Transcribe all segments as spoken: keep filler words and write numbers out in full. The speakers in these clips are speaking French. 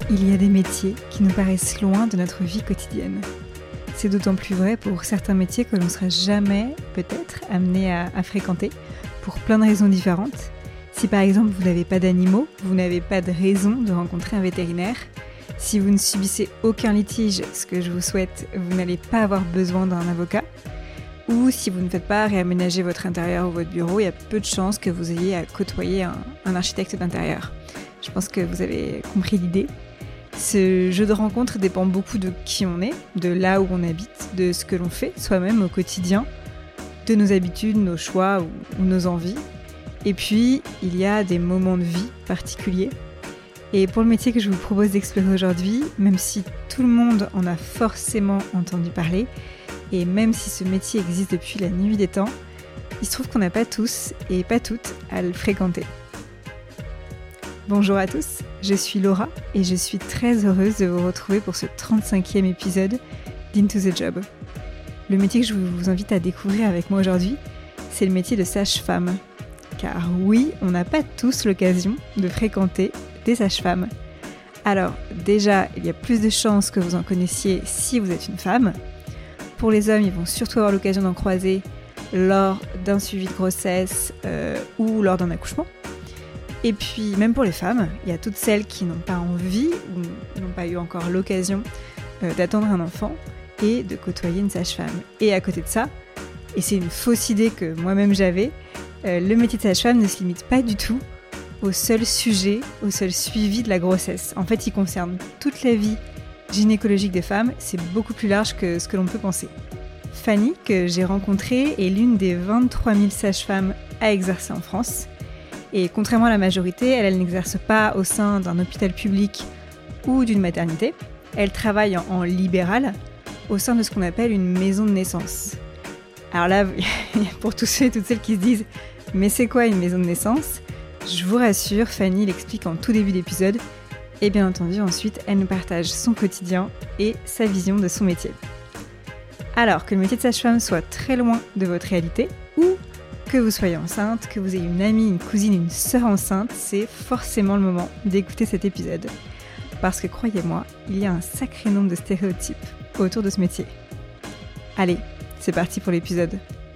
il y a des métiers qui nous paraissent loin de notre vie quotidienne. C'est d'autant plus vrai pour certains métiers que l'on ne sera jamais, peut-être, amené à, à fréquenter, pour plein de raisons différentes. Si par exemple vous n'avez pas d'animaux, vous n'avez pas de raison de rencontrer un vétérinaire. Si vous ne subissez aucun litige, ce que je vous souhaite, vous n'allez pas avoir besoin d'un avocat. Ou si vous ne faites pas réaménager votre intérieur ou votre bureau, il y a peu de chances que vous ayez à côtoyer un, un architecte d'intérieur. Je pense que vous avez compris l'idée. Ce jeu de rencontre dépend beaucoup de qui on est, de là où on habite, de ce que l'on fait soi-même au quotidien, de nos habitudes, nos choix ou, ou nos envies. Et puis, il y a des moments de vie particuliers. Et pour le métier que je vous propose d'explorer aujourd'hui, même si tout le monde en a forcément entendu parler, et même si ce métier existe depuis la nuit des temps, il se trouve qu'on n'a pas tous et pas toutes à le fréquenter. Bonjour à tous, je suis Laura et je suis très heureuse de vous retrouver pour ce trente-cinquième épisode d'Into the Job. Le métier que je vous invite à découvrir avec moi aujourd'hui, c'est le métier de sage-femme. Car oui, on n'a pas tous l'occasion de fréquenter des sages-femmes. Alors déjà, il y a plus de chances que vous en connaissiez si vous êtes une femme. Pour les hommes, ils vont surtout avoir l'occasion d'en croiser lors d'un suivi de grossesse euh, ou lors d'un accouchement. Et puis, même pour les femmes, il y a toutes celles qui n'ont pas envie ou n'ont pas eu encore l'occasion euh, d'attendre un enfant et de côtoyer une sage-femme. Et à côté de ça, et c'est une fausse idée que moi-même j'avais, euh, le métier de sage-femme ne se limite pas du tout au seul sujet, au seul suivi de la grossesse. En fait, il concerne toute la vie gynécologique des femmes, c'est beaucoup plus large que ce que l'on peut penser. Fanny, que j'ai rencontrée, est l'une des vingt-trois mille sages-femmes à exercer en France. Et contrairement à la majorité, elle, elle n'exerce pas au sein d'un hôpital public ou d'une maternité. Elle travaille en, en libéral au sein de ce qu'on appelle une maison de naissance. Alors là, pour tous ceux et toutes celles qui se disent « mais c'est quoi une maison de naissance ?» Je vous rassure, Fanny l'explique en tout début d'épisode. Et bien entendu, ensuite, elle nous partage son quotidien et sa vision de son métier. Alors, que le métier de sage-femme soit très loin de votre réalité, ou que vous soyez enceinte, que vous ayez une amie, une cousine, une sœur enceinte, c'est forcément le moment d'écouter cet épisode. Parce que croyez-moi, il y a un sacré nombre de stéréotypes autour de ce métier. Allez, c'est parti pour l'épisode.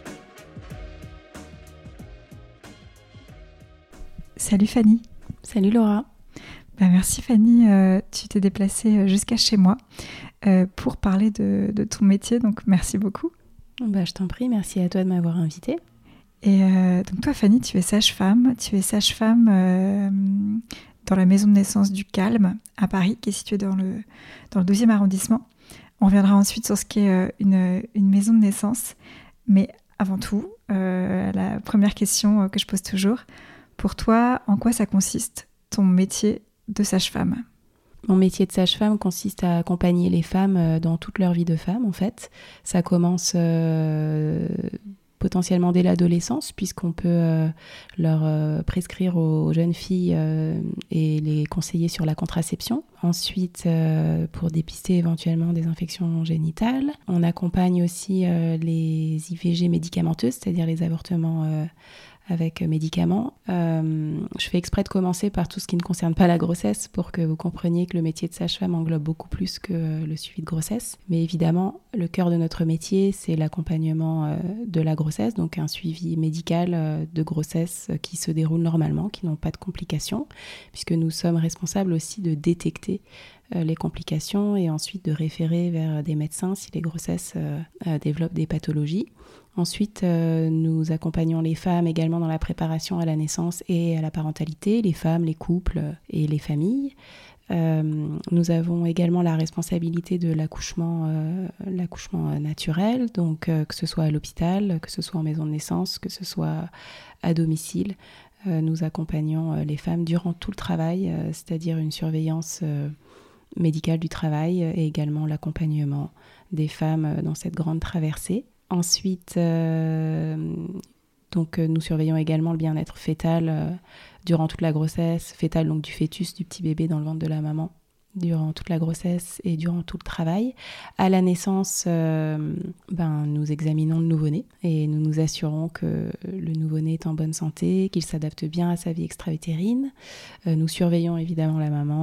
Salut Fanny. Salut Laura. Ben merci Fanny, euh, tu t'es déplacée jusqu'à chez moi euh, pour parler de, de ton métier, donc merci beaucoup. Ben, je t'en prie, merci à toi de m'avoir invitée. Et euh, donc toi Fanny, tu es sage-femme, tu es sage-femme euh, dans la maison de naissance du Calme à Paris, qui est située dans le, dans le douzième arrondissement. On reviendra ensuite sur ce qu'est euh, une, une maison de naissance, mais avant tout, euh, la première question que je pose toujours, pour toi, en quoi ça consiste ton métier de sage-femme? Mon métier de sage-femme consiste à accompagner les femmes dans toute leur vie de femme, en fait. Ça commence euh, potentiellement dès l'adolescence, puisqu'on peut euh, leur euh, prescrire aux jeunes filles euh, et les conseiller sur la contraception. Ensuite, euh, pour dépister éventuellement des infections génitales. On accompagne aussi euh, les I V G médicamenteuses, c'est-à-dire les avortements euh, avec médicaments. Euh, je fais exprès de commencer par tout ce qui ne concerne pas la grossesse pour que vous compreniez que le métier de sage-femme englobe beaucoup plus que le suivi de grossesse. Mais évidemment, le cœur de notre métier, c'est l'accompagnement euh, de la grossesse, donc un suivi médical euh, de grossesse qui se déroule normalement, qui n'ont pas de complications, puisque nous sommes responsables aussi de détecter euh, les complications et ensuite de référer vers des médecins si les grossesses euh, euh, développent des pathologies. Ensuite, euh, nous accompagnons les femmes également dans la préparation à la naissance et à la parentalité, les femmes, les couples et les familles. Euh, nous avons également la responsabilité de l'accouchement, euh, l'accouchement naturel, donc euh, que ce soit à l'hôpital, que ce soit en maison de naissance, que ce soit à domicile. Euh, nous accompagnons euh, les femmes durant tout le travail, euh, c'est-à-dire une surveillance euh, médicale du travail et également l'accompagnement des femmes dans cette grande traversée. Ensuite, euh, donc, nous surveillons également le bien-être fœtal euh, durant toute la grossesse, fœtal donc du fœtus, du petit bébé dans le ventre de la maman, durant toute la grossesse et durant tout le travail. À la naissance, euh, ben, nous examinons le nouveau-né et nous nous assurons que le nouveau-né est en bonne santé, qu'il s'adapte bien à sa vie extra-utérine. Euh, nous surveillons évidemment la maman euh,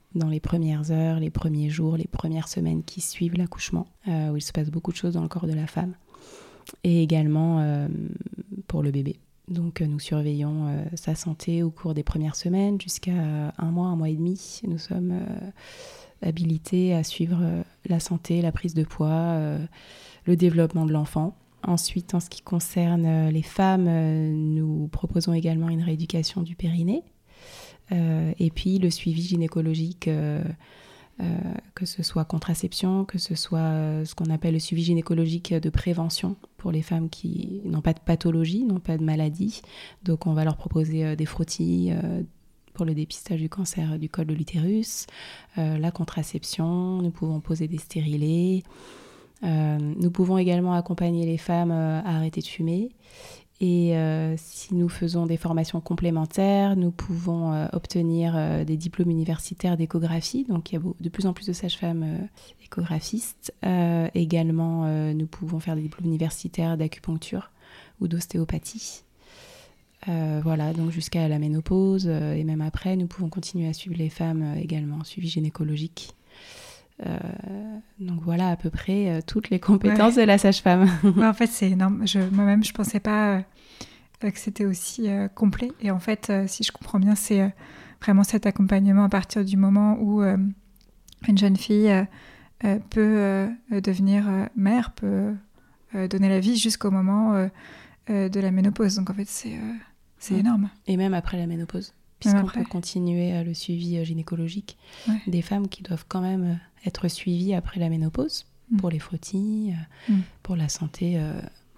dans les premières heures, les premiers jours, les premières semaines qui suivent l'accouchement, euh, où il se passe beaucoup de choses dans le corps de la femme, et également euh, pour le bébé. Donc euh, nous surveillons euh, sa santé au cours des premières semaines jusqu'à un mois, un mois et demi. Nous sommes euh, habilités à suivre euh, la santé, la prise de poids, euh, le développement de l'enfant. Ensuite, en ce qui concerne euh, les femmes, euh, nous proposons également une rééducation du périnée. Euh, et puis le suivi gynécologique, euh, euh, que ce soit contraception, que ce soit euh, ce qu'on appelle le suivi gynécologique de prévention pour les femmes qui n'ont pas de pathologie, n'ont pas de maladie. Donc on va leur proposer euh, des frottis euh, pour le dépistage du cancer du col de l'utérus, euh, la contraception, nous pouvons poser des stérilés, euh, nous pouvons également accompagner les femmes euh, à arrêter de fumer. Et euh, si nous faisons des formations complémentaires, nous pouvons euh, obtenir euh, des diplômes universitaires d'échographie. Donc il y a de plus en plus de sages-femmes euh, échographistes. Euh, également, euh, nous pouvons faire des diplômes universitaires d'acupuncture ou d'ostéopathie. Euh, voilà, donc jusqu'à la ménopause euh, et même après, nous pouvons continuer à suivre les femmes euh, également, suivi gynécologique. Euh, donc voilà à peu près euh, toutes les compétences ouais. de la sage-femme. Ouais, en fait, c'est énorme. Je, moi-même, je ne pensais pas euh, que c'était aussi euh, complet. Et en fait, euh, si je comprends bien, c'est euh, vraiment cet accompagnement à partir du moment où euh, une jeune fille euh, euh, peut euh, devenir euh, mère, peut euh, donner la vie jusqu'au moment euh, euh, de la ménopause. Donc en fait, c'est, euh, c'est ouais. énorme. Et même après la ménopause, puisqu'on peut continuer euh, le suivi euh, gynécologique ouais. des femmes qui doivent quand même... Euh, être suivi après la ménopause mmh. pour les frottis, euh, mmh. pour la santé euh,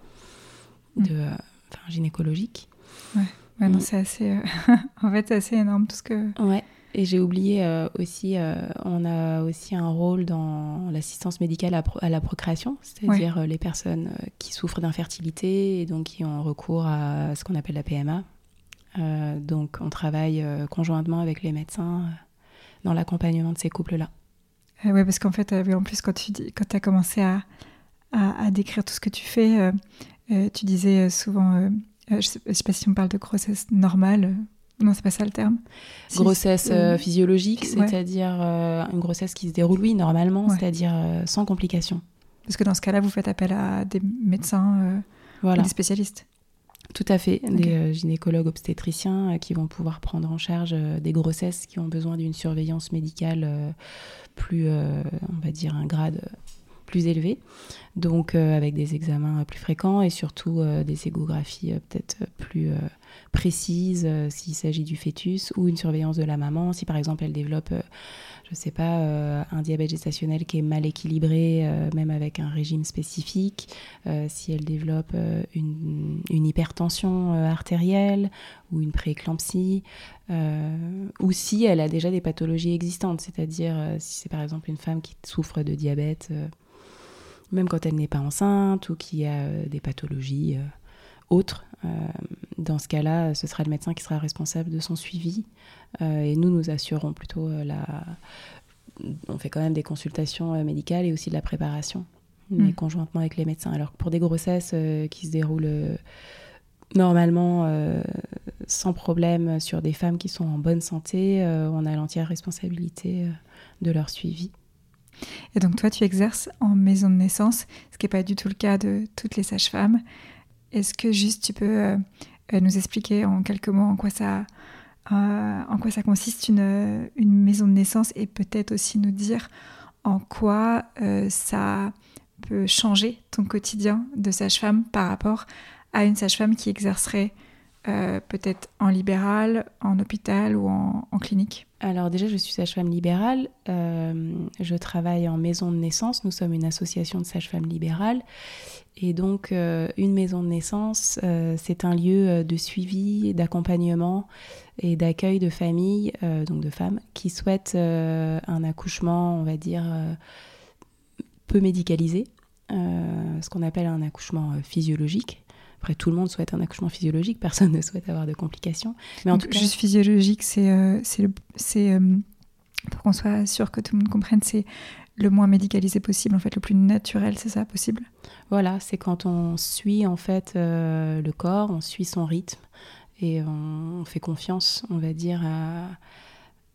de, euh, enfin, gynécologique. Ouais, ouais mmh. non, c'est assez, euh, en fait, c'est assez énorme tout ce que... Ouais, et j'ai oublié euh, aussi, euh, on a aussi un rôle dans l'assistance médicale à, pro- à la procréation, c'est-à-dire ouais. euh, les personnes euh, qui souffrent d'infertilité et donc qui ont recours à ce qu'on appelle la P M A. Euh, donc on travaille euh, conjointement avec les médecins euh, dans l'accompagnement de ces couples-là. Euh, oui, parce qu'en fait, euh, en plus, quand tu quand as commencé à, à, à décrire tout ce que tu fais, euh, euh, tu disais souvent, euh, euh, je ne sais, sais pas si on parle de grossesse normale, euh, non, c'est pas ça le terme. Grossesse si, euh, physiologique, ouais. c'est-à-dire euh, une grossesse qui se déroule, oui, normalement, ouais. c'est-à-dire euh, sans complications. Parce que dans ce cas-là, vous faites appel à des médecins, euh, voilà. des spécialistes. Tout à fait, okay. des euh, gynécologues obstétriciens euh, qui vont pouvoir prendre en charge euh, des grossesses qui ont besoin d'une surveillance médicale euh, plus, euh, on va dire, un grade plus élevé, donc euh, avec des examens plus fréquents et surtout euh, des échographies euh, peut-être plus euh, précises euh, s'il s'agit du fœtus ou une surveillance de la maman, si par exemple elle développe... Euh, je sais pas, euh, un diabète gestationnel qui est mal équilibré, euh, même avec un régime spécifique, euh, si elle développe euh, une, une hypertension euh, artérielle ou une prééclampsie, euh, ou si elle a déjà des pathologies existantes, c'est-à-dire euh, si c'est par exemple une femme qui souffre de diabète, euh, même quand elle n'est pas enceinte, ou qui a euh, des pathologies euh, autres. Euh, dans ce cas-là, ce sera le médecin qui sera responsable de son suivi. Euh, et nous, nous assurons plutôt euh, la... On fait quand même des consultations euh, médicales et aussi de la préparation, mmh. mais conjointement avec les médecins. Alors que pour des grossesses euh, qui se déroulent euh, normalement euh, sans problème sur des femmes qui sont en bonne santé, euh, on a l'entière responsabilité euh, de leur suivi. Et donc toi, tu exerces en maison de naissance, ce qui n'est pas du tout le cas de toutes les sages-femmes. Est-ce que juste tu peux euh, nous expliquer en quelques mots en quoi ça, euh, en quoi ça consiste une, une maison de naissance et peut-être aussi nous dire en quoi euh, ça peut changer ton quotidien de sage-femme par rapport à une sage-femme qui exercerait euh, peut-être en libéral, en hôpital ou en, en clinique? Alors déjà, je suis sage-femme libérale, euh, je travaille en maison de naissance, nous sommes une association de sages-femmes libérales, et donc euh, une maison de naissance, euh, c'est un lieu de suivi, d'accompagnement et d'accueil de familles, euh, donc de femmes, qui souhaitent euh, un accouchement, on va dire, euh, peu médicalisé, euh, ce qu'on appelle un accouchement euh, physiologique. Après, tout le monde souhaite un accouchement physiologique, personne ne souhaite avoir de complications. Mais en Donc, tout cas, juste physiologique, c'est, euh, c'est, le, c'est euh, pour qu'on soit sûr que tout le monde comprenne, c'est le moins médicalisé possible, en fait, le plus naturel, c'est ça, possible? Voilà, c'est quand on suit en fait euh, le corps, on suit son rythme et on fait confiance, on va dire, à,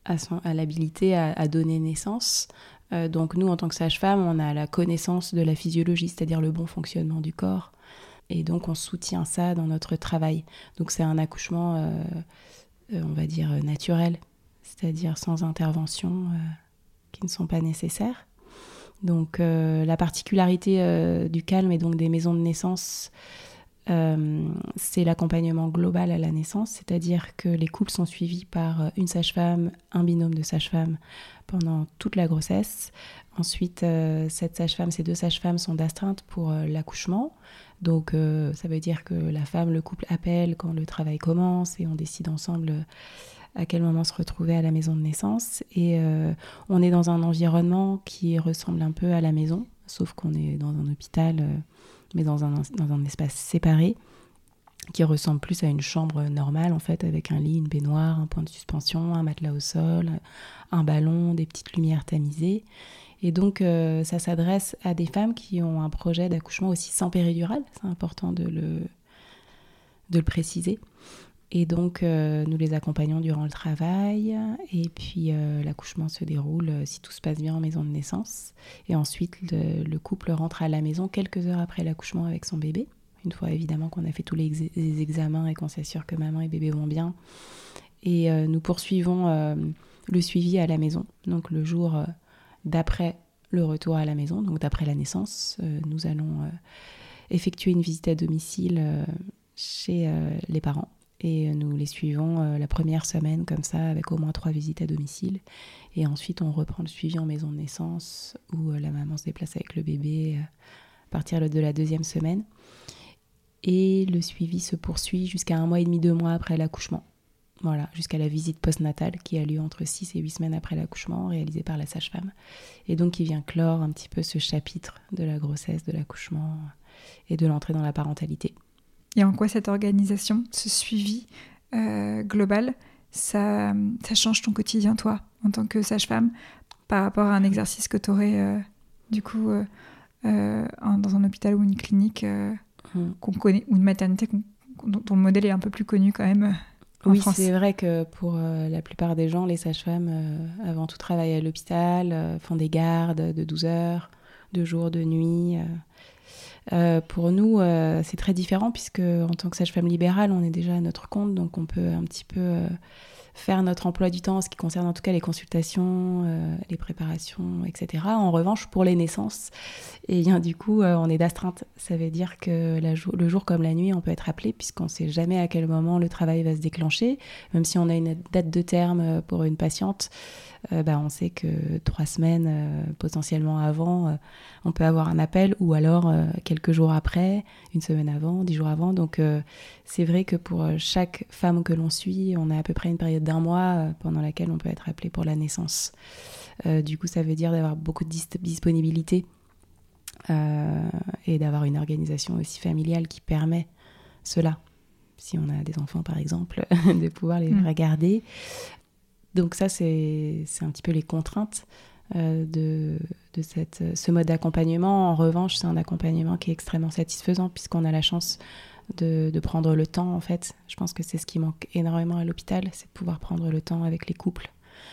à, son, à l'habilité à, à donner naissance. Euh, donc nous, en tant que sage-femme, on a la connaissance de la physiologie, c'est-à-dire le bon fonctionnement du corps. Et donc on soutient ça dans notre travail. Donc c'est un accouchement, euh, euh, on va dire, naturel, c'est-à-dire sans intervention euh, qui ne sont pas nécessaires. Donc euh, la particularité euh, du Calme et donc des maisons de naissance, euh, c'est l'accompagnement global à la naissance, c'est-à-dire que les couples sont suivis par une sage-femme, un binôme de sage-femme pendant toute la grossesse. Ensuite, euh, cette sage-femme, ces deux sages-femmes sont d'astreinte pour euh, l'accouchement. Donc euh, ça veut dire que la femme, le couple appelle quand le travail commence et on décide ensemble euh, à quel moment se retrouver à la maison de naissance. Et euh, on est dans un environnement qui ressemble un peu à la maison, sauf qu'on est dans un hôpital, euh, mais dans un, dans un espace séparé, qui ressemble plus à une chambre normale, en fait, avec un lit, une baignoire, un point de suspension, un matelas au sol, un ballon, des petites lumières tamisées. Et donc, euh, ça s'adresse à des femmes qui ont un projet d'accouchement aussi sans péridurale, c'est important de le, de le préciser. Et donc, euh, nous les accompagnons durant le travail. Et puis, euh, l'accouchement se déroule, euh, si tout se passe bien, en maison de naissance. Et ensuite, le, le couple rentre à la maison quelques heures après l'accouchement avec son bébé. Une fois, évidemment, qu'on a fait tous les, ex- les examens et qu'on s'assure que maman et bébé vont bien. Et euh, nous poursuivons euh, le suivi à la maison. Donc, le jour euh, d'après le retour à la maison, donc d'après la naissance, euh, nous allons euh, effectuer une visite à domicile euh, chez euh, les parents. Et nous les suivons euh, la première semaine comme ça, avec au moins trois visites à domicile. Et ensuite, on reprend le suivi en maison de naissance, où euh, la maman se déplace avec le bébé euh, à partir de la deuxième semaine. Et le suivi se poursuit jusqu'à un mois et demi, deux mois après l'accouchement. Voilà, jusqu'à la visite postnatale qui a lieu entre six et huit semaines après l'accouchement, réalisée par la sage-femme. Et donc, qui vient clore un petit peu ce chapitre de la grossesse, de l'accouchement et de l'entrée dans la parentalité. Et en quoi cette organisation, ce suivi euh, global, ça, ça change ton quotidien, toi, en tant que sage-femme, par rapport à un exercice que tu aurais, euh, du coup, euh, euh, dans un hôpital ou une clinique euh, mmh. qu'on connaît, ou une maternité qu'on, dont, dont le modèle est un peu plus connu quand même euh, en oui, France. C'est vrai que pour euh, la plupart des gens, les sages-femmes, euh, avant tout, travaillent à l'hôpital, euh, font des gardes de douze heures, de jour, de nuit... Euh... Euh, pour nous, euh, c'est très différent puisque en tant que sage-femme libérale, on est déjà à notre compte, donc on peut un petit peu euh, faire notre emploi du temps en ce qui concerne en tout cas les consultations, euh, les préparations, et cetera. En revanche, pour les naissances, et bien, du coup, euh, on est d'astreinte. Ça veut dire que la jo- le jour comme la nuit, on peut être appelé puisqu'on ne sait jamais à quel moment le travail va se déclencher. Même si on a une date de terme pour une patiente, euh, bah, on sait que trois semaines, euh, potentiellement avant, euh, on peut avoir un appel, ou alors euh, quelques jours après, une semaine avant, dix jours avant. Donc euh, c'est vrai que pour chaque femme que l'on suit, on a à peu près une période d'un mois euh, pendant laquelle on peut être appelé pour la naissance. Euh, du coup, ça veut dire d'avoir beaucoup de dis- disponibilité euh, et d'avoir une organisation aussi familiale qui permet cela. Si on a des enfants, par exemple, de pouvoir les mmh. regarder. Donc ça, c'est, c'est un petit peu les contraintes euh, de, de cette, ce mode d'accompagnement. En revanche, c'est un accompagnement qui est extrêmement satisfaisant puisqu'on a la chance de, de prendre le temps, en fait. Je pense que c'est ce qui manque énormément à l'hôpital, c'est de pouvoir prendre le temps avec les couples.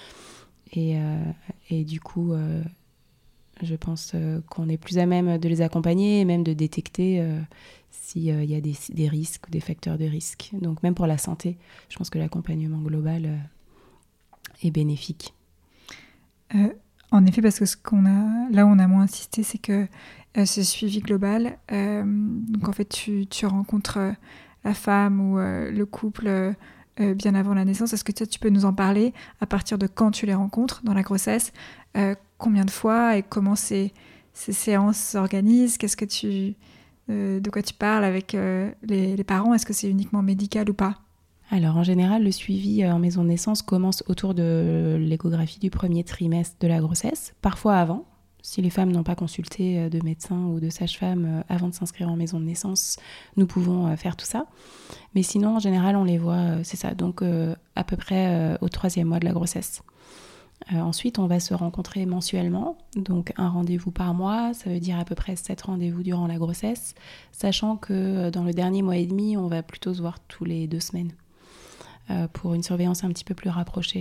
Et, euh, et du coup, euh, je pense euh, qu'on est plus à même de les accompagner et même de détecter euh, s'il euh, y a des, des risques ou des facteurs de risque. Donc même pour la santé, je pense que l'accompagnement global... Euh, est bénéfique. Euh, en effet, parce que ce qu'on a, là où on a moins insisté, c'est que euh, ce suivi global, euh, donc en fait tu, tu rencontres euh, la femme ou euh, le couple euh, euh, bien avant la naissance. Est-ce que tu, tu peux nous en parler à partir de quand tu les rencontres dans la grossesse, euh, combien de fois et comment ces, ces séances s'organisent, qu'est-ce que tu, euh, de quoi tu parles avec euh, les, les parents, est-ce que c'est uniquement médical ou pas ? Alors, en général, le suivi en maison de naissance commence autour de l'échographie du premier trimestre de la grossesse, parfois avant. Si les femmes n'ont pas consulté de médecin ou de sage-femme avant de s'inscrire en maison de naissance, nous pouvons faire tout ça. Mais sinon, en général, on les voit, c'est ça, donc euh, à peu près euh, au troisième mois de la grossesse. Euh, ensuite, on va se rencontrer mensuellement, donc un rendez-vous par mois, ça veut dire à peu près sept rendez-vous durant la grossesse, sachant que dans le dernier mois et demi, on va plutôt se voir tous les deux semaines. Euh, pour une surveillance un petit peu plus rapprochée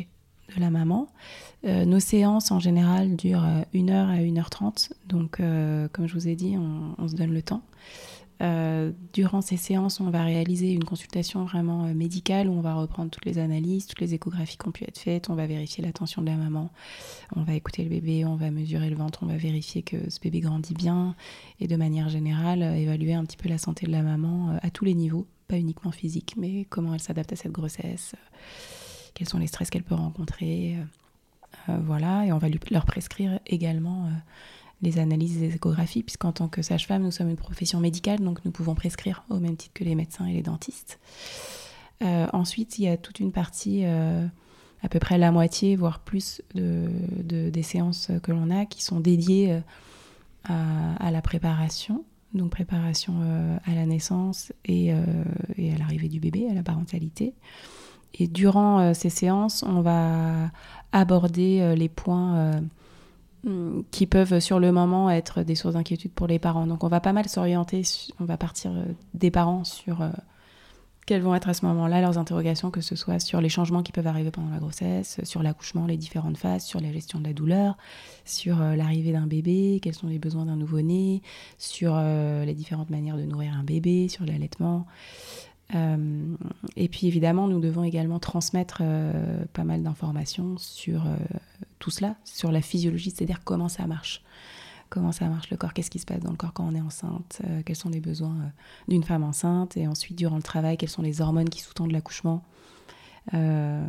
de la maman. Euh, nos séances en général durent une heure à une heure trente, donc euh, comme je vous ai dit, on, on se donne le temps. Euh, durant ces séances, on va réaliser une consultation vraiment euh, médicale où on va reprendre toutes les analyses, toutes les échographies qui ont pu être faites, on va vérifier la tension de la maman, on va écouter le bébé, on va mesurer le ventre, on va vérifier que ce bébé grandit bien et de manière générale, euh, évaluer un petit peu la santé de la maman euh, à tous les niveaux, pas uniquement physique, mais comment elle s'adapte à cette grossesse, euh, quels sont les stress qu'elle peut rencontrer, euh, euh, voilà, et on va lui, leur prescrire également... Euh, les analyses des échographies, puisqu'en tant que sage-femme, nous sommes une profession médicale, donc nous pouvons prescrire au même titre que les médecins et les dentistes. Euh, ensuite, il y a toute une partie, euh, à peu près la moitié, voire plus de, de, des séances que l'on a, qui sont dédiées à, à la préparation, donc préparation euh, à la naissance et, euh, et à l'arrivée du bébé, à la parentalité. Et durant euh, ces séances, on va aborder euh, les points... Euh, qui peuvent sur le moment être des sources d'inquiétude pour les parents. Donc on va pas mal s'orienter, on va partir des parents sur euh, quelles vont être à ce moment-là leurs interrogations, que ce soit sur les changements qui peuvent arriver pendant la grossesse, sur l'accouchement, les différentes phases, sur la gestion de la douleur, sur euh, l'arrivée d'un bébé, quels sont les besoins d'un nouveau-né, sur euh, les différentes manières de nourrir un bébé, sur l'allaitement. Euh, et puis évidemment, nous devons également transmettre euh, pas mal d'informations sur euh, tout cela, sur la physiologie, c'est-à-dire comment ça marche. Comment ça marche le corps, qu'est-ce qui se passe dans le corps quand on est enceinte, euh, quels sont les besoins euh, d'une femme enceinte, et ensuite durant le travail, quelles sont les hormones qui sous-tendent l'accouchement. Euh,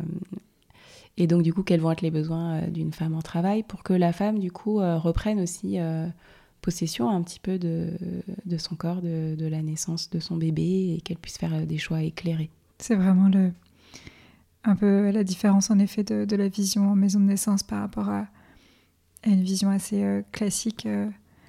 et donc du coup, quels vont être les besoins euh, d'une femme en travail pour que la femme du coup euh, reprenne aussi... Euh, possession un petit peu de, de son corps, de, de la naissance de son bébé et qu'elle puisse faire des choix éclairés. C'est vraiment le, un peu la différence en effet de, de la vision en maison de naissance par rapport à, à une vision assez euh, classique. Euh,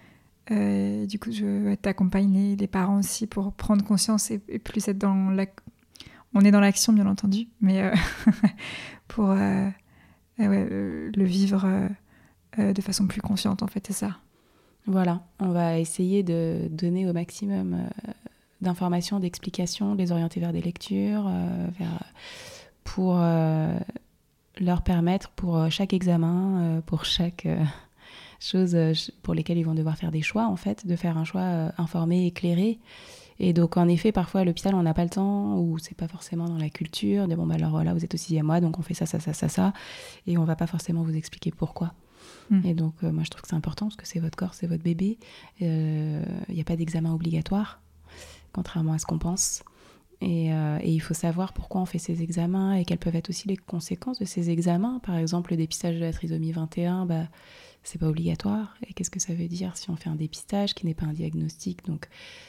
euh, du coup, je t'accompagne les, les parents aussi pour prendre conscience et, et plus être dans la... On est dans l'action bien entendu, mais euh, pour euh, euh, ouais, euh, le vivre euh, euh, de façon plus consciente en fait, c'est ça. Voilà, on va essayer de donner au maximum euh, d'informations, d'explications, de les orienter vers des lectures, euh, vers, pour euh, leur permettre, pour chaque examen, euh, pour chaque euh, chose euh, pour lesquelles ils vont devoir faire des choix, en fait, de faire un choix euh, informé, éclairé. Et donc, en effet, parfois, à l'hôpital, on n'a pas le temps, ou c'est pas forcément dans la culture, de bon, bah alors voilà, vous êtes au sixième mois, donc on fait ça, ça, ça, ça, ça, et on va pas forcément vous expliquer pourquoi. Mmh. Et donc, euh, moi, je trouve que c'est important parce que c'est votre corps, c'est votre bébé. Il euh, n'y a pas d'examen obligatoire, contrairement à ce qu'on pense. Et, euh, et il faut savoir pourquoi on fait ces examens et quelles peuvent être aussi les conséquences de ces examens. Par exemple, le dépistage de la trisomie vingt et un, bah, c'est pas obligatoire. Et qu'est-ce que ça veut dire si on fait un dépistage qui n'est pas un diagnostic ? Donc,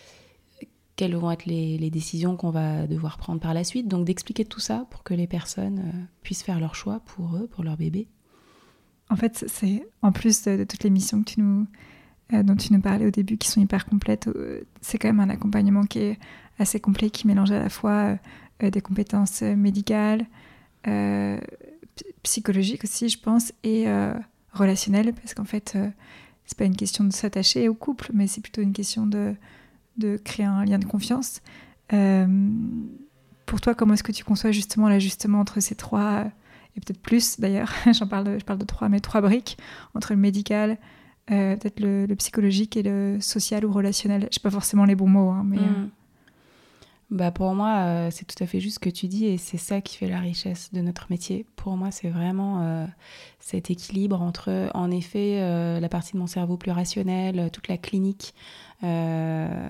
quelles vont être les, les décisions qu'on va devoir prendre par la suite ? Donc, d'expliquer tout ça pour que les personnes euh, puissent faire leur choix pour eux, pour leur bébé. En fait, c'est en plus de, de toutes les missions que tu nous, euh, dont tu nous parlais au début, qui sont hyper complètes, euh, c'est quand même un accompagnement qui est assez complet, qui mélange à la fois euh, des compétences médicales, euh, p- psychologiques aussi, je pense, et euh, relationnelles, parce qu'en fait, euh, c'est pas une question de s'attacher au couple, mais c'est plutôt une question de, de créer un lien de confiance. Euh, pour toi, comment est-ce que tu conçois justement l'ajustement entre ces trois... et peut-être plus d'ailleurs, J'en parle de, je parle de trois, mais trois briques, entre le médical, euh, peut-être le, le psychologique et le social ou relationnel. Je ne sais pas forcément les bons mots, hein, mais... Mmh. Euh... Bah pour moi, euh, c'est tout à fait juste ce que tu dis et c'est ça qui fait la richesse de notre métier. Pour moi, c'est vraiment euh, cet équilibre entre, en effet, euh, la partie de mon cerveau plus rationnelle, toute la clinique, euh,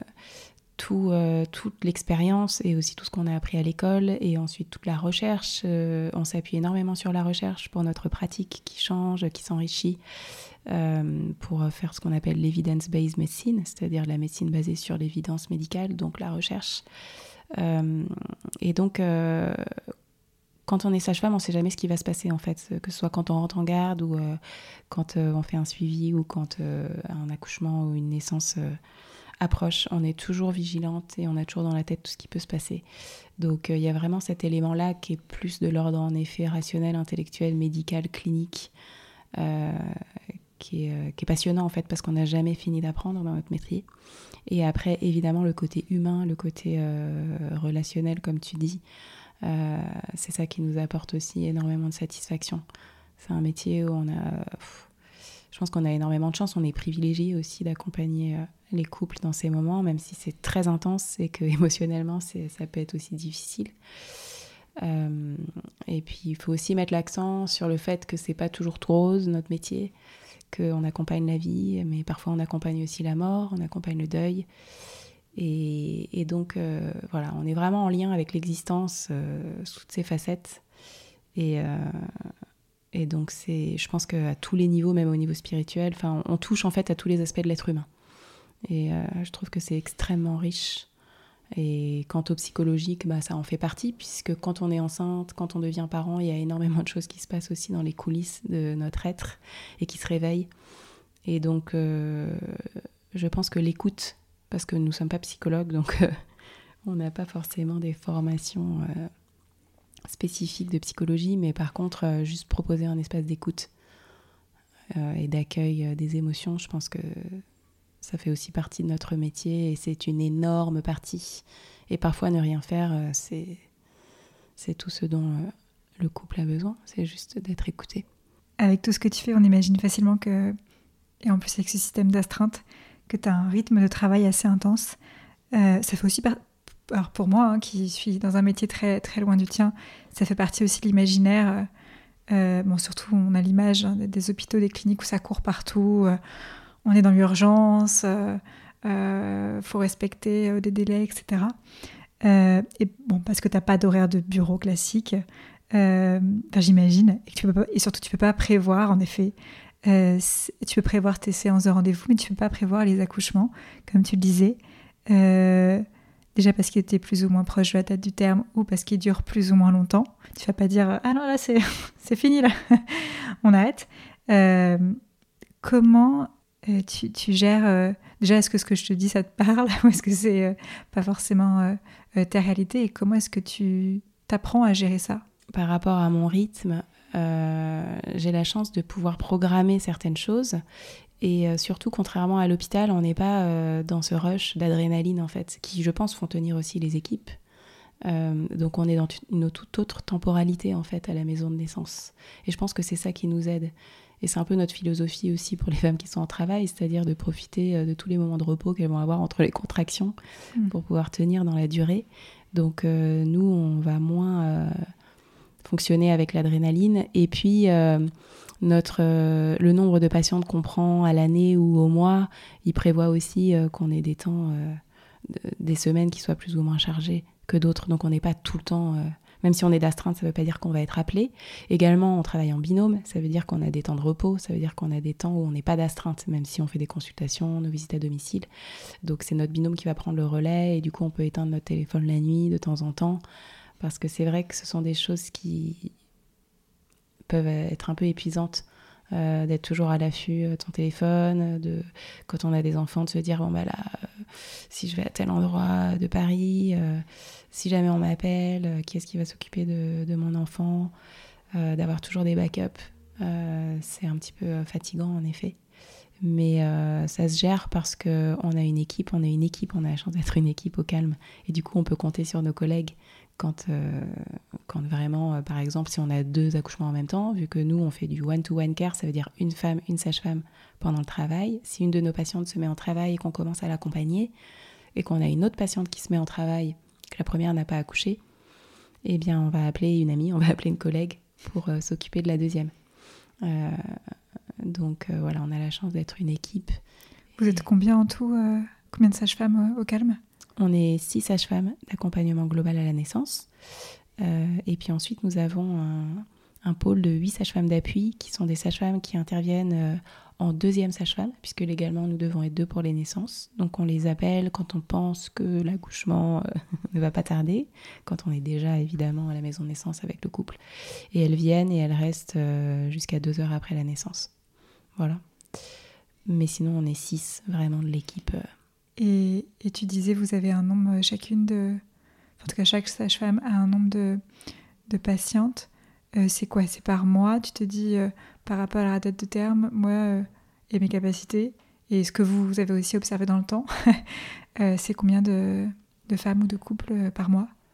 tout, euh, toute l'expérience et aussi tout ce qu'on a appris à l'école et ensuite toute la recherche. Euh, on s'appuie énormément sur la recherche pour notre pratique qui change, qui s'enrichit. Euh, pour faire ce qu'on appelle l'evidence-based medicine, c'est-à-dire la médecine basée sur l'évidence médicale, donc la recherche. Euh, et donc, euh, quand on est sage-femme, on ne sait jamais ce qui va se passer, en fait, que ce soit quand on rentre en garde ou euh, quand euh, on fait un suivi ou quand euh, un accouchement ou une naissance euh, approche. On est toujours vigilante et on a toujours dans la tête tout ce qui peut se passer. Donc, il euh, y a vraiment cet élément-là qui est plus de l'ordre, en effet, rationnel, intellectuel, médical, clinique, euh, Qui est, euh, qui est passionnant en fait parce qu'on n'a jamais fini d'apprendre dans notre métier. Et après évidemment le côté humain, le côté euh, relationnel comme tu dis, Euh, c'est ça qui nous apporte aussi énormément de satisfaction. C'est un métier où on a... Pff, je pense qu'on a énormément de chance. On est privilégié aussi d'accompagner euh, les couples dans ces moments, même si c'est très intense et que émotionnellement, c'est, ça peut être aussi difficile. Euh, et puis, il faut aussi mettre l'accent sur le fait que c'est pas toujours tout rose, notre métier, qu'on accompagne la vie, mais parfois on accompagne aussi la mort, on accompagne le deuil. Et, et donc, euh, voilà, on est vraiment en lien avec l'existence euh, sous toutes ses facettes. Et, euh, et donc, c'est, je pense qu'à tous les niveaux, même au niveau spirituel, on, on touche en fait à tous les aspects de l'être humain. Et euh, je trouve que c'est extrêmement riche. Et quant au psychologique, bah, ça en fait partie, puisque quand on est enceinte, quand on devient parent, il y a énormément de choses qui se passent aussi dans les coulisses de notre être et qui se réveillent. Et donc, euh, je pense que l'écoute, parce que nous ne sommes pas psychologues, donc euh, on n'a pas forcément des formations euh, spécifiques de psychologie, mais par contre, euh, juste proposer un espace d'écoute euh, et d'accueil euh, des émotions, je pense que ça fait aussi partie de notre métier et c'est une énorme partie. Et parfois, ne rien faire, euh, c'est, c'est tout ce dont euh, le couple a besoin, c'est juste d'être écouté. Avec tout ce que tu fais, on imagine facilement que, et en plus avec ce système d'astreinte, que tu as un rythme de travail assez intense. Euh, ça fait aussi, par... alors pour moi, hein, qui suis dans un métier très, très loin du tien, ça fait partie aussi de l'imaginaire. Euh, bon, surtout, on a l'image hein, des hôpitaux, des cliniques où ça court partout. Euh, on est dans l'urgence, il euh, euh, faut respecter euh, des délais, et cetera. Euh, et bon, parce que tu n'as pas d'horaire de bureau classique, euh, j'imagine, et, que tu peux pas, et surtout tu ne peux pas prévoir, en effet, euh, tu peux prévoir tes séances de rendez-vous, mais tu ne peux pas prévoir les accouchements, comme tu le disais, euh, déjà parce qu'ils étaient plus ou moins proches de la date du terme, ou parce qu'ils durent plus ou moins longtemps. Tu ne vas pas dire « Ah non, là, c'est, c'est fini, là, on arrête euh, ». Comment... Euh, tu, tu gères... Euh, déjà, est-ce que ce que je te dis, ça te parle ou est-ce que c'est euh, pas forcément euh, euh, ta réalité? Et comment est-ce que tu t'apprends à gérer ça? Par rapport à mon rythme, euh, j'ai la chance de pouvoir programmer certaines choses. Et euh, surtout, contrairement à l'hôpital, on n'est pas euh, dans ce rush d'adrénaline, en fait, qui, je pense, font tenir aussi les équipes. Euh, donc, on est dans une toute autre temporalité, en fait, à la maison de naissance. Et je pense que c'est ça qui nous aide. Et c'est un peu notre philosophie aussi pour les femmes qui sont en travail, c'est-à-dire de profiter de tous les moments de repos qu'elles vont avoir entre les contractions mmh. pour pouvoir tenir dans la durée. Donc euh, nous, on va moins euh, fonctionner avec l'adrénaline. Et puis, euh, notre, euh, le nombre de patientes qu'on prend à l'année ou au mois, il prévoit aussi euh, qu'on ait des temps, euh, de, des semaines qui soient plus ou moins chargées que d'autres. Donc on n'est pas tout le temps... Euh, Même si on est d'astreinte, ça ne veut pas dire qu'on va être appelé. Également, on travaille en binôme, ça veut dire qu'on a des temps de repos, ça veut dire qu'on a des temps où on n'est pas d'astreinte, même si on fait des consultations, nos visites à domicile. Donc c'est notre binôme qui va prendre le relais et du coup on peut éteindre notre téléphone la nuit de temps en temps, parce que c'est vrai que ce sont des choses qui peuvent être un peu épuisantes. Euh, d'être toujours à l'affût de ton téléphone, de, quand on a des enfants, de se dire bon bah là, euh, si je vais à tel endroit de Paris, euh, si jamais on m'appelle, euh, qui est-ce qui va s'occuper de, de mon enfant, euh, d'avoir toujours des backups, euh, c'est un petit peu fatigant en effet, mais euh, ça se gère parce qu'on a une équipe, on est une équipe, on a la chance d'être une équipe au calme, et du coup on peut compter sur nos collègues. Quand, euh, quand vraiment, euh, par exemple, si on a deux accouchements en même temps, vu que nous, on fait du one-to-one care, ça veut dire une femme, une sage-femme pendant le travail. Si une de nos patientes se met en travail et qu'on commence à l'accompagner, et qu'on a une autre patiente qui se met en travail, que la première n'a pas accouché, eh bien, on va appeler une amie, on va appeler une collègue pour euh, s'occuper de la deuxième. Euh, donc, euh, voilà, on a la chance d'être une équipe. Vous et... êtes combien en tout euh, Combien de sages-femmes euh, au calme? On est six sages-femmes d'accompagnement global à la naissance. Euh, et puis ensuite, nous avons un, un pôle de huit sages-femmes d'appui qui sont des sages-femmes qui interviennent euh, en deuxième sage-femme, puisque légalement, nous devons être deux pour les naissances. Donc, on les appelle quand on pense que l'accouchement euh, ne va pas tarder, quand on est déjà, évidemment, à la maison de naissance avec le couple. Et elles viennent et elles restent euh, jusqu'à deux heures après la naissance. Voilà. Mais sinon, on est six, vraiment, de l'équipe euh, Et, et tu disais, vous avez un nombre chacune de... En tout cas, chaque sage-femme a un nombre de, de patientes. Euh, c'est quoi? C'est par mois? Tu te dis, euh, par rapport à la date de terme, moi euh, et mes capacités, et ce que vous, vous avez aussi observé dans le temps, euh, c'est combien de, de femmes ou de couples euh, par mois?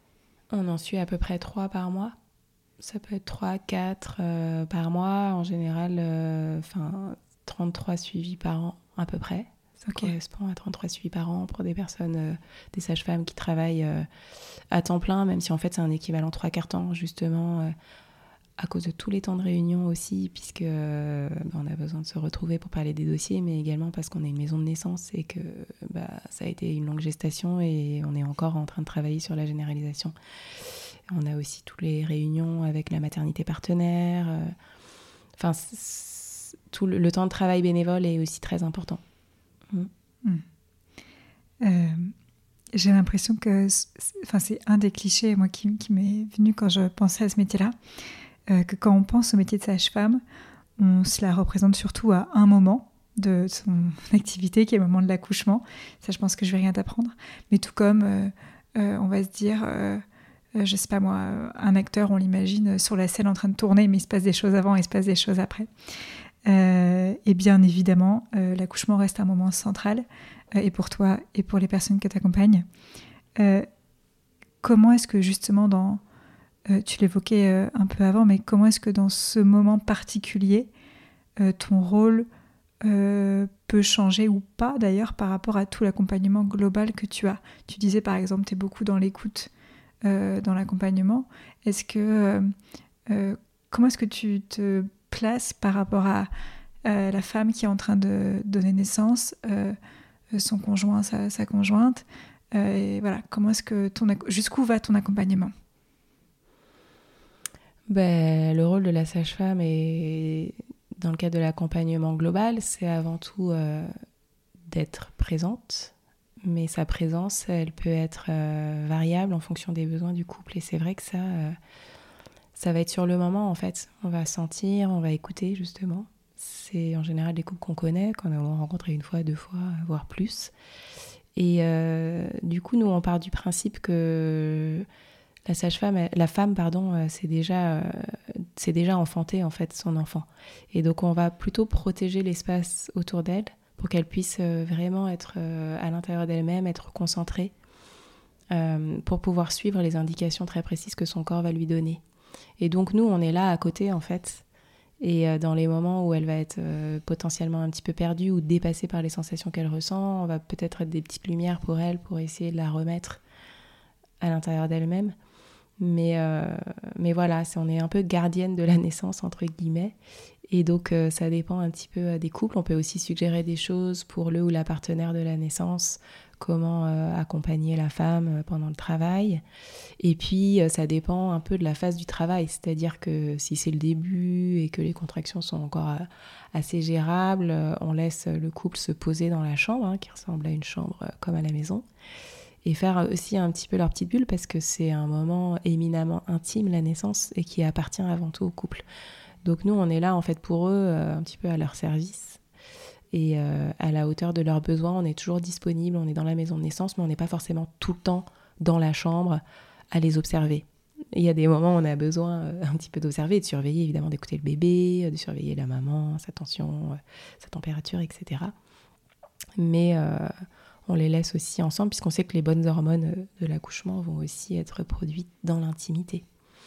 On en suit à peu près trois par mois. Ça peut être trois, quatre euh, par mois. En général, euh, trente-trois suivis par an à peu près. Ça okay. correspond à trente-trois suivis par an pour des personnes, euh, des sages-femmes qui travaillent euh, à temps plein, même si en fait c'est un équivalent trois quarts temps, justement, euh, à cause de tous les temps de réunion aussi, puisque euh, bah, on a besoin de se retrouver pour parler des dossiers, mais également parce qu'on est une maison de naissance et que bah, ça a été une longue gestation et on est encore en train de travailler sur la généralisation. On a aussi toutes les réunions avec la maternité partenaire. Euh, enfin, tout le, le temps de travail bénévole est aussi très important. Mmh. Mmh. Euh, j'ai l'impression que c'est, c'est un des clichés moi, qui, qui m'est venu quand je pensais à ce métier-là, euh, que quand on pense au métier de sage-femme, on se la représente surtout à un moment de son activité, qui est le moment de l'accouchement. Ça, je pense que je vais rien t'apprendre. Mais tout comme, euh, euh, on va se dire, euh, euh, je sais pas moi, un acteur, on l'imagine sur la scène en train de tourner, mais il se passe des choses avant et il se passe des choses après. Euh, et bien évidemment, euh, l'accouchement reste un moment central, euh, et pour toi et pour les personnes que tu accompagnes. Euh, comment est-ce que justement, dans, euh, tu l'évoquais euh, un peu avant, mais comment est-ce que dans ce moment particulier, euh, ton rôle euh, peut changer ou pas d'ailleurs par rapport à tout l'accompagnement global que tu as? Tu disais par exemple, tu es beaucoup dans l'écoute, euh, dans l'accompagnement. Est-ce que, euh, euh, comment est-ce que tu te place par rapport à euh, la femme qui est en train de donner naissance, euh, son conjoint, sa, sa conjointe, euh, et voilà, comment est-ce que ton jusqu'où va ton accompagnement? Ben, le rôle de la sage-femme est, dans le cadre de l'accompagnement global, c'est avant tout euh, d'être présente, mais sa présence, elle peut être euh, variable en fonction des besoins du couple, et c'est vrai que ça euh, ça va être sur le moment, en fait. On va sentir, on va écouter, justement. C'est en général des couples qu'on connaît, qu'on a rencontrés une fois, deux fois, voire plus. Et euh, du coup, nous, on part du principe que la sage-femme, la femme, pardon, c'est déjà, euh, c'est déjà enfanté, en fait, son enfant. Et donc, on va plutôt protéger l'espace autour d'elle pour qu'elle puisse euh, vraiment être euh, à l'intérieur d'elle-même, être concentrée, euh, pour pouvoir suivre les indications très précises que son corps va lui donner. Et donc nous, on est là à côté en fait, et euh, dans les moments où elle va être euh, potentiellement un petit peu perdue ou dépassée par les sensations qu'elle ressent, on va peut-être être des petites lumières pour elle pour essayer de la remettre à l'intérieur d'elle-même. Mais, euh, mais voilà, c'est, on est un peu gardienne de la naissance entre guillemets, et donc euh, ça dépend un petit peu des couples. On peut aussi suggérer des choses pour le ou la partenaire de la naissance, comment euh, accompagner la femme pendant le travail. Et puis, euh, ça dépend un peu de la phase du travail, c'est-à-dire que si c'est le début et que les contractions sont encore euh, assez gérables, euh, on laisse le couple se poser dans la chambre, hein, qui ressemble à une chambre euh, comme à la maison, et faire aussi un petit peu leur petite bulle, parce que c'est un moment éminemment intime, la naissance, et qui appartient avant tout au couple. Donc nous, on est là en fait pour eux, euh, un petit peu à leur service, et euh, à la hauteur de leurs besoins. On est toujours disponible, on est dans la maison de naissance, mais on n'est pas forcément tout le temps dans la chambre à les observer. Il y a des moments où on a besoin euh, un petit peu d'observer et de surveiller, évidemment, d'écouter le bébé, de surveiller la maman, sa tension, euh, sa température, et cetera. Mais euh, on les laisse aussi ensemble, puisqu'on sait que les bonnes hormones de l'accouchement vont aussi être produites dans l'intimité.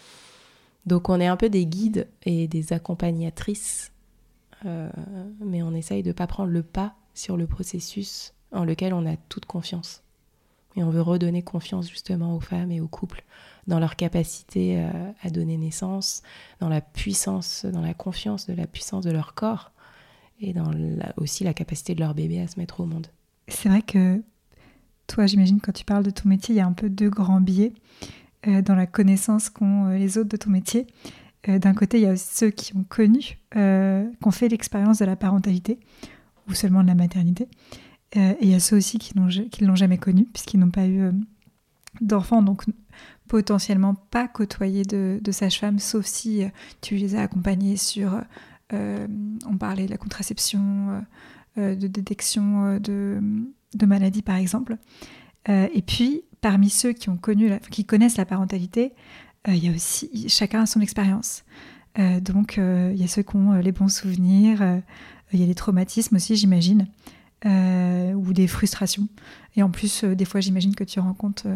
Donc on est un peu des guides et des accompagnatrices, euh, mais on essaye de ne pas prendre le pas sur le processus en lequel on a toute confiance. Et on veut redonner confiance justement aux femmes et aux couples dans leur capacité euh, à donner naissance, dans la puissance, dans la confiance de la puissance de leur corps, et dans la, aussi la capacité de leur bébé à se mettre au monde. C'est vrai que toi, j'imagine, quand tu parles de ton métier, il y a un peu deux grands biais euh, dans la connaissance qu'ont euh, les autres de ton métier. Euh, d'un côté, il y a ceux qui ont connu, euh, qui ont fait l'expérience de la parentalité, ou seulement de la maternité. Euh, et il y a ceux aussi qui ne l'ont jamais connu, puisqu'ils n'ont pas eu euh, d'enfants, donc potentiellement pas côtoyé de, de sage-femme, sauf si euh, tu les as accompagnés sur, euh, on parlait de la contraception, euh, de détection euh, de, de maladies par exemple. Euh, et puis, parmi ceux qui, ont connu la, qui connaissent la parentalité, euh, il y a aussi, chacun a son expérience. Euh, donc, euh, il y a ceux qui ont euh, les bons souvenirs, euh, il y a des traumatismes aussi, j'imagine. Euh, ou des frustrations. Et en plus, euh, des fois, j'imagine que tu rencontres euh,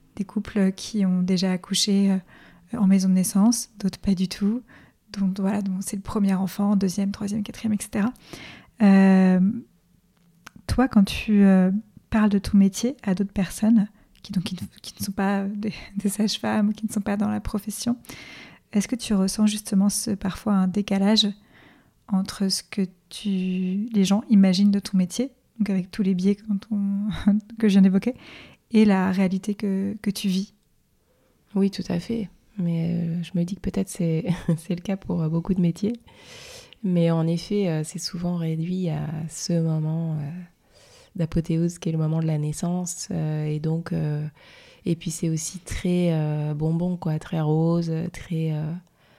des couples qui ont déjà accouché euh, en maison de naissance, d'autres pas du tout. Donc voilà, donc c'est le premier enfant, deuxième, troisième, quatrième, et cetera. Euh, toi, quand tu euh, parles de ton métier à d'autres personnes qui, donc, qui, qui ne sont pas des, des sages-femmes, qui ne sont pas dans la profession, est-ce que tu ressens justement ce, parfois un décalage entre ce que tu, les gens imaginent de ton métier, donc avec tous les biais quand on, que je viens d'évoquer, et la réalité que, que tu vis? Oui, tout à fait. Mais euh, je me dis que peut-être c'est, c'est le cas pour euh, beaucoup de métiers. Mais en effet, euh, c'est souvent réduit à ce moment euh, d'apothéose qui est le moment de la naissance. Euh, et donc, euh, et puis c'est aussi très euh, bonbon, quoi, très rose, très... Euh,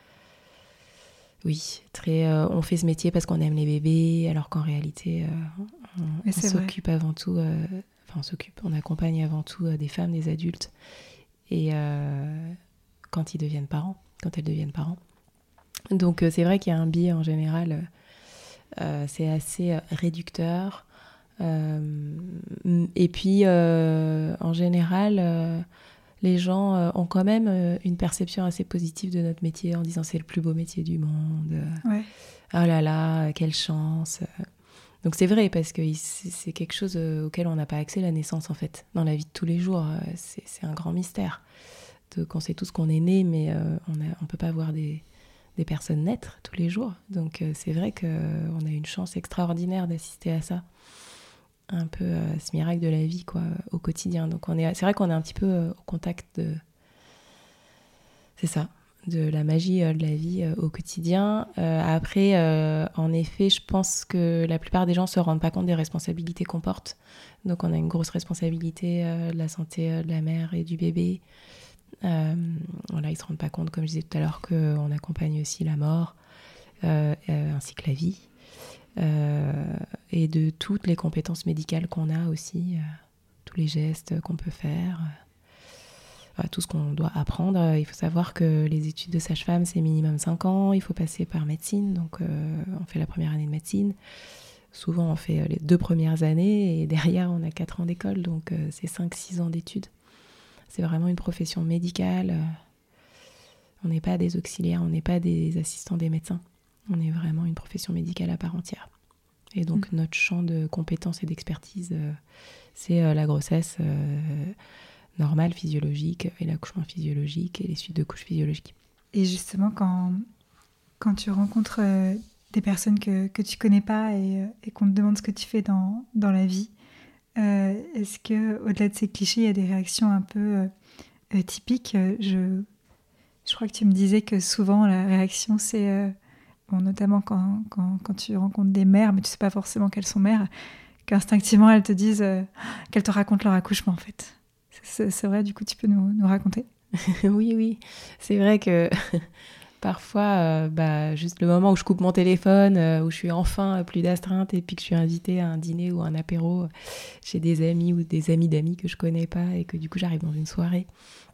oui, très... Euh, on fait ce métier parce qu'on aime les bébés, alors qu'en réalité, euh, on, on s'occupe vrai. avant tout... Euh, enfin, on s'occupe, on accompagne avant tout euh, des femmes, des adultes. Et... Euh, quand ils deviennent parents, quand elles deviennent parents. Donc euh, c'est vrai qu'il y a un biais en général, euh, c'est assez euh, réducteur. Euh, et puis euh, en général, euh, les gens euh, ont quand même euh, une perception assez positive de notre métier en disant c'est le plus beau métier du monde. Ouais. Oh là là, quelle chance. Donc c'est vrai parce que c'est, c'est quelque chose auquel on n'a pas accès, la naissance en fait, dans la vie de tous les jours. C'est, c'est un grand mystère. Qu'on sait tous qu'on est né, mais euh, on ne peut pas voir des, des personnes naître tous les jours. Donc euh, c'est vrai qu'on euh, a une chance extraordinaire d'assister à ça, un peu euh, ce miracle de la vie quoi, au quotidien. Donc on est, c'est vrai qu'on est un petit peu euh, au contact de, c'est ça, de la magie euh, de la vie euh, au quotidien. Euh, après, euh, en effet, je pense que la plupart des gens ne se rendent pas compte des responsabilités qu'on porte. Donc on a une grosse responsabilité euh, de la santé euh, de la mère et du bébé. Euh, voilà, ils ne se rendent pas compte, comme je disais tout à l'heure, qu'on accompagne aussi la mort, euh, euh, ainsi que la vie, euh, et de toutes les compétences médicales qu'on a aussi, euh, tous les gestes qu'on peut faire, euh, tout ce qu'on doit apprendre. Il faut savoir que les études de sage-femme, c'est minimum cinq ans, il faut passer par médecine, donc euh, on fait la première année de médecine. Souvent, on fait les deux premières années, et derrière, on a quatre ans d'école, donc euh, c'est cinq six ans d'études. C'est vraiment une profession médicale. On n'est pas des auxiliaires, on n'est pas des assistants des médecins. On est vraiment une profession médicale à part entière. Et donc, mmh. notre champ de compétences et d'expertise, euh, c'est euh, la grossesse euh, normale, physiologique, et l'accouchement physiologique, et les suites de couches physiologiques. Et justement, quand, quand tu rencontres euh, des personnes que, que tu connais pas et, et qu'on te demande ce que tu fais dans, dans la vie, Euh, est-ce qu'au-delà de ces clichés, il y a des réactions un peu euh, typiques? je, je crois que tu me disais que souvent la réaction c'est, euh, bon, notamment quand, quand, quand tu rencontres des mères, mais tu ne sais pas forcément qu'elles sont mères, qu'instinctivement elles te disent, euh, qu'elles te racontent leur accouchement en fait. C'est, c'est vrai, du coup tu peux nous, nous raconter? Oui, oui, c'est vrai que... Parfois, euh, bah, juste le moment où je coupe mon téléphone, euh, où je suis enfin plus d'astreinte et puis que je suis invitée à un dîner ou un apéro chez des amis ou des amis d'amis que je connais pas et que du coup j'arrive dans une soirée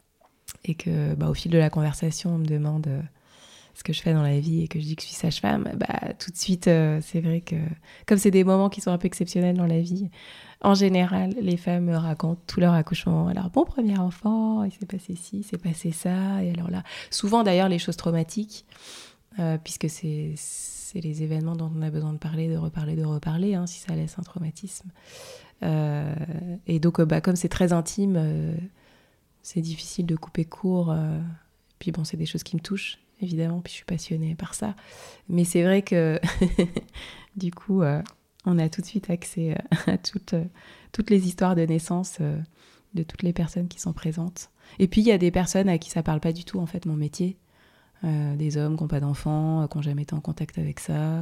et que bah, au fil de la conversation on me demande euh, ce que je fais dans la vie et que je dis que je suis sage-femme, bah, tout de suite euh, c'est vrai que comme c'est des moments qui sont un peu exceptionnels dans la vie, en général les femmes me racontent tout leur accouchement. Alors bon premier enfant, il s'est passé ci, il s'est passé ça, et alors là, souvent d'ailleurs les choses traumatiques, euh, puisque c'est, c'est les événements dont on a besoin de parler, de reparler, de reparler, hein, si ça laisse un traumatisme. Euh, et donc bah, comme c'est très intime, euh, c'est difficile de couper court, euh, puis bon c'est des choses qui me touchent évidemment, puis je suis passionnée par ça. Mais c'est vrai que du coup, euh, on a tout de suite accès à toutes, euh, toutes les histoires de naissance euh, de toutes les personnes qui sont présentes. Et puis, il y a des personnes à qui ça ne parle pas du tout, en fait, mon métier. Euh, des hommes qui n'ont pas d'enfants, euh, qui n'ont jamais été en contact avec ça, euh,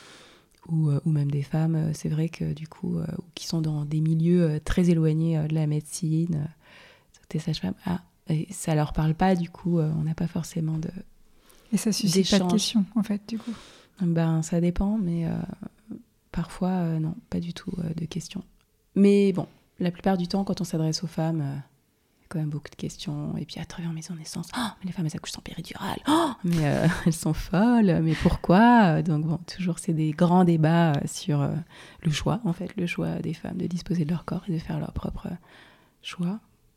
ou, euh, ou même des femmes, euh, c'est vrai que du coup, euh, qui sont dans des milieux euh, très éloignés euh, de la médecine, euh, des sages-femmes, ah, et ça ne leur parle pas, du coup, euh, on n'a pas forcément de... Et ça suscite d'échange. Pas de questions, en fait, du coup? Ben, ça dépend, mais euh, parfois, euh, non, pas du tout euh, de questions. Mais bon, la plupart du temps, quand on s'adresse aux femmes, euh, il y a quand même beaucoup de questions. Et puis, à travers maison de naissance, oh, mais les femmes, elles accouchent sans péridurale. Oh, mais euh, elles sont folles. Mais pourquoi? Donc, bon, toujours, c'est des grands débats sur euh, le choix, en fait, le choix des femmes de disposer de leur corps et de faire leur propre choix.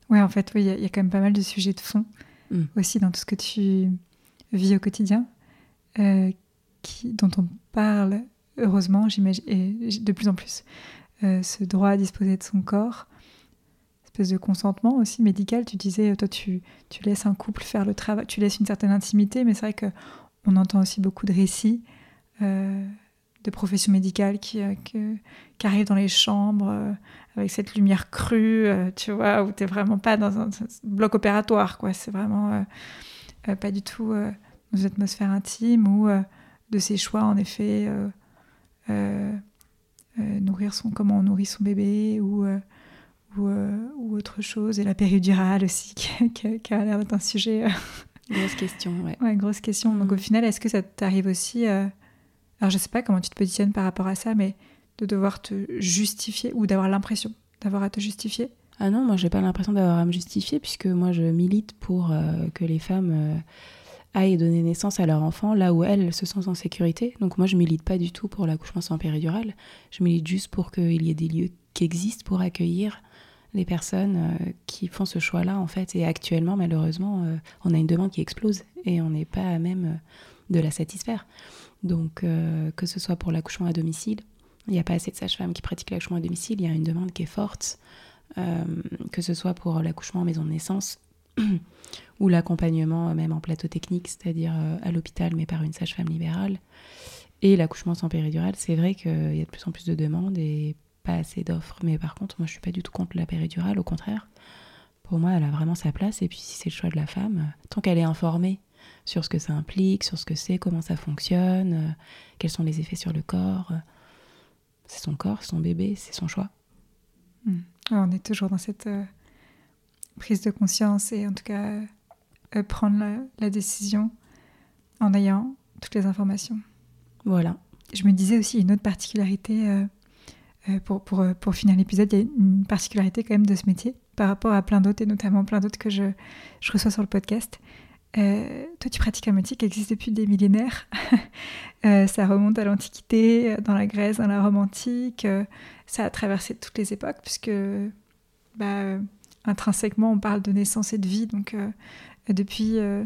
Ouais, en fait, oui, il y, y a quand même pas mal de sujets de fond mm. aussi dans tout ce que tu vis au quotidien, euh, qui, dont on parle, heureusement, j'imagine, et de plus en plus. Euh, ce droit à disposer de son corps, espèce de consentement aussi médical. Tu disais, toi, tu, tu laisses un couple faire le travail, tu laisses une certaine intimité, mais c'est vrai qu'on entend aussi beaucoup de récits euh, de professions médicales qui, euh, que, qui arrivent dans les chambres euh, avec cette lumière crue, euh, tu vois, où tu n'es vraiment pas dans un, un bloc opératoire, quoi. C'est vraiment euh, euh, pas du tout euh, dans une atmosphère intime ou euh, de ses choix, en effet, euh, euh, euh, nourrir son, comment on nourrit son bébé ou, euh, ou, euh, ou autre chose. Et la péridurale aussi, qui, qui, qui a l'air d'être un sujet... Euh... Grosse question, ouais. Ouais, grosse question. Donc au final, est-ce que ça t'arrive aussi... Euh... Alors je sais pas comment tu te positionnes par rapport à ça, mais de devoir te justifier ou d'avoir l'impression d'avoir à te justifier? Ah non, moi j'ai pas l'impression d'avoir à me justifier, puisque moi je milite pour euh, que les femmes euh, aillent donner naissance à leur enfant là où elles se sentent en sécurité. Donc moi je milite pas du tout pour l'accouchement sans péridurale, je milite juste pour qu'il y ait des lieux qui existent pour accueillir les personnes euh, qui font ce choix-là en fait. Et actuellement malheureusement euh, on a une demande qui explose et on n'est pas à même euh, de la satisfaire. Donc euh, que ce soit pour l'accouchement à domicile, il n'y a pas assez de sages-femmes qui pratiquent l'accouchement à domicile, il y a une demande qui est forte, euh, que ce soit pour l'accouchement en maison de naissance ou l'accompagnement même en plateau technique, c'est-à-dire euh, à l'hôpital mais par une sage-femme libérale, et l'accouchement sans péridurale. C'est vrai qu'il y a de plus en plus de demandes et pas assez d'offres, mais par contre moi je suis pas du tout contre la péridurale, au contraire, pour moi elle a vraiment sa place. Et puis si c'est le choix de la femme, tant qu'elle est informée sur ce que ça implique, sur ce que c'est, comment ça fonctionne, euh, quels sont les effets sur le corps, euh, c'est son corps, son bébé, c'est son choix. Mmh. On est toujours dans cette euh, prise de conscience et en tout cas euh, prendre la, la décision en ayant toutes les informations. Voilà. Je me disais aussi une autre particularité, euh, euh, pour, pour, pour finir l'épisode, il y a une particularité quand même de ce métier par rapport à plein d'autres, et notamment plein d'autres que je, je reçois sur le podcast. Euh, toi, tu pratiques un métier qui existe depuis des millénaires. euh, ça remonte à l'Antiquité, dans la Grèce, dans la Rome antique. Euh, ça a traversé toutes les époques, puisque bah, euh, intrinsèquement, on parle de naissance et de vie, donc euh, depuis, euh,